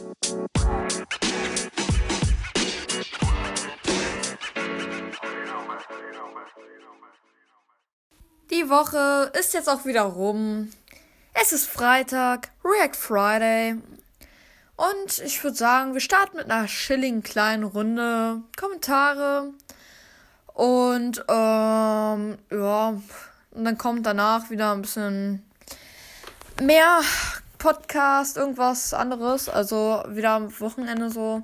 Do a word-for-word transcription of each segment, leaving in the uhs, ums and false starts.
Die Woche ist jetzt auch wieder rum. Es ist Freitag, React Friday. Und ich würde sagen, wir starten mit einer chilligen kleinen Runde Kommentare. Und ähm, ja, und dann kommt danach wieder ein bisschen mehr Podcast, irgendwas anderes. Also wieder am Wochenende so.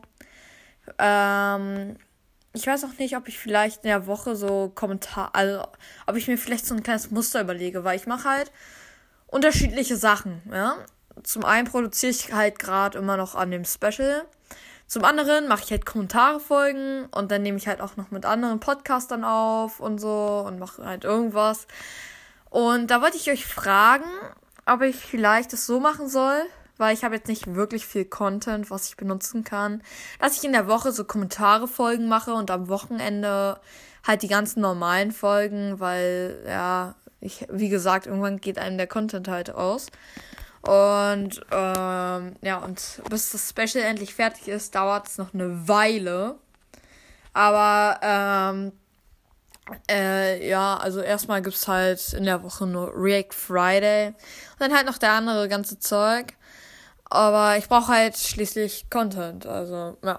Ähm, ich weiß auch nicht, ob ich vielleicht in der Woche so Kommentar, also ob ich mir vielleicht so ein kleines Muster überlege, weil ich mache halt unterschiedliche Sachen, ja. Zum einen produziere ich halt gerade immer noch an dem Special. Zum anderen mache ich halt Kommentare-Folgen und dann nehme ich halt auch noch mit anderen Podcastern auf und so und mache halt irgendwas. Und da wollte ich euch fragen, ob ich vielleicht das so machen soll, weil ich habe jetzt nicht wirklich viel Content, was ich benutzen kann, dass ich in der Woche so Kommentare-Folgen mache und am Wochenende halt die ganzen normalen Folgen, weil, ja, ich, wie gesagt, irgendwann geht einem der Content halt aus. Und, ähm, ja, und bis das Special endlich fertig ist, dauert es noch eine Weile. Aber, ähm, äh, ja, also erstmal gibt's halt in der Woche nur React Friday und dann halt noch der andere ganze Zeug. Aber ich brauche halt schließlich Content, also, ja.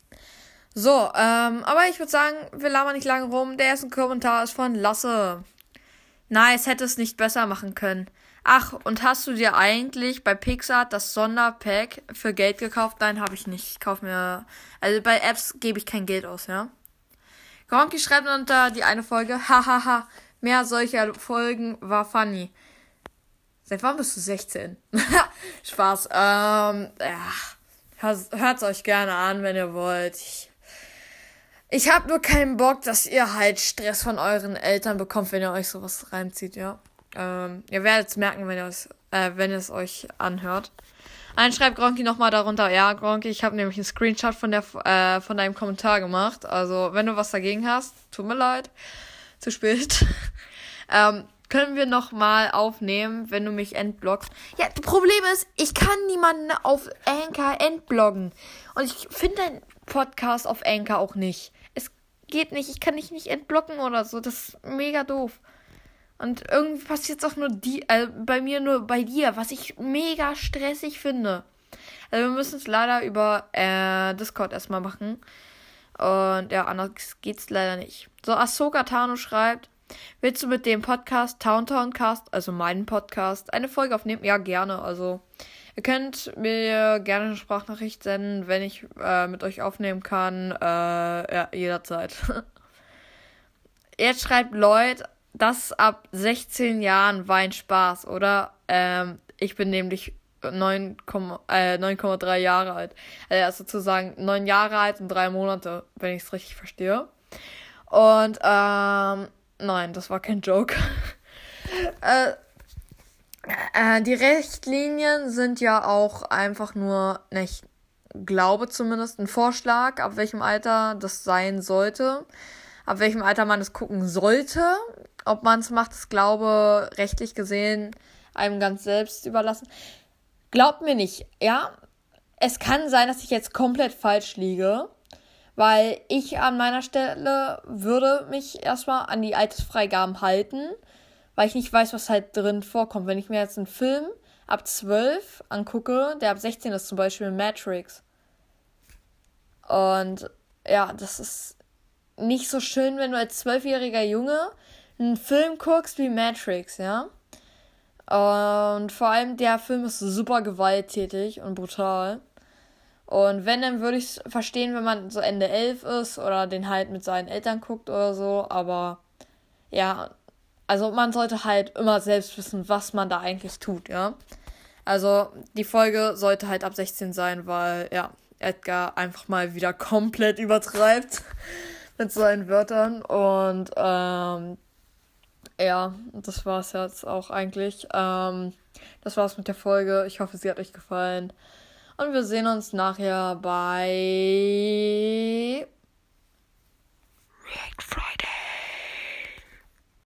So, ähm, aber ich würde sagen, wir labern nicht lange rum. Der erste Kommentar ist von Lasse. Nice, hätte es nicht besser machen können. Ach, und hast du dir eigentlich bei Pixar das Sonderpack für Geld gekauft? Nein, habe ich nicht. Ich kaufe mir, also bei Apps gebe ich kein Geld aus, ja. Gronki schreibt unter die eine Folge, hahaha, mehr solcher Folgen war funny. Seit wann bist du sechzehn? Spaß. Ähm, ja, hört's euch gerne an, wenn ihr wollt. Ich, ich hab nur keinen Bock, dass ihr halt Stress von euren Eltern bekommt, wenn ihr euch sowas reinzieht, ja. Ähm, ihr werdet es merken, wenn ihr es, äh, wenn ihr es euch anhört. Dann schreibt Gronki nochmal darunter, ja, Gronki, ich habe nämlich einen Screenshot von der, äh, von deinem Kommentar gemacht. Also, wenn du was dagegen hast, tut mir leid. Zu spät. ähm, Können wir noch mal aufnehmen, wenn du mich entblockst? Ja, das Problem ist, ich kann niemanden auf Anchor entbloggen. Und ich finde deinen Podcast auf Anchor auch nicht. Es geht nicht, ich kann dich nicht entblocken oder so. Das ist mega doof. Und irgendwie passiert es auch nur die, äh, bei mir nur bei dir, was ich mega stressig finde. Also wir müssen es leider über äh, Discord erstmal machen. Und ja, anders geht's leider nicht. So, Ahsoka Tano schreibt, willst du mit dem Podcast Towntowncast, also meinen Podcast, eine Folge aufnehmen? Ja, gerne. Also, ihr könnt mir gerne eine Sprachnachricht senden, wenn ich äh, mit euch aufnehmen kann. Äh, ja, jederzeit. Jetzt schreibt Lloyd, das ab sechzehn Jahren war ein Spaß, oder? Ähm, ich bin nämlich neun Komma drei Jahre alt. Also, er ist sozusagen neun Jahre alt und drei Monate, wenn ich es richtig verstehe. Und, ähm, nein, das war kein Joke. äh, äh, die Richtlinien sind ja auch einfach nur, ne, ich glaube zumindest, ein Vorschlag, ab welchem Alter das sein sollte. Ab welchem Alter man es gucken sollte. Ob man es macht, ist, glaube rechtlich gesehen einem ganz selbst überlassen. Glaubt mir nicht, ja. Es kann sein, dass ich jetzt komplett falsch liege. Weil ich an meiner Stelle würde mich erstmal an die Altersfreigaben halten, weil ich nicht weiß, was halt drin vorkommt. Wenn ich mir jetzt einen Film ab zwölf angucke, der ab sechzehn ist, zum Beispiel Matrix. Und ja, das ist nicht so schön, wenn du als zwölfjähriger Junge einen Film guckst wie Matrix, ja. Und vor allem der Film ist super gewalttätig und brutal. Und wenn, dann würde ich es verstehen, wenn man so Ende elf ist oder den halt mit seinen Eltern guckt oder so. Aber ja, also man sollte halt immer selbst wissen, was man da eigentlich tut, ja. Also die Folge sollte halt ab sechzehn sein, weil, ja, Edgar einfach mal wieder komplett übertreibt mit seinen Wörtern. Und, ähm, ja, das war's jetzt auch eigentlich. Ähm, das war's mit der Folge. Ich hoffe, sie hat euch gefallen. Und wir sehen uns nachher bei React Friday.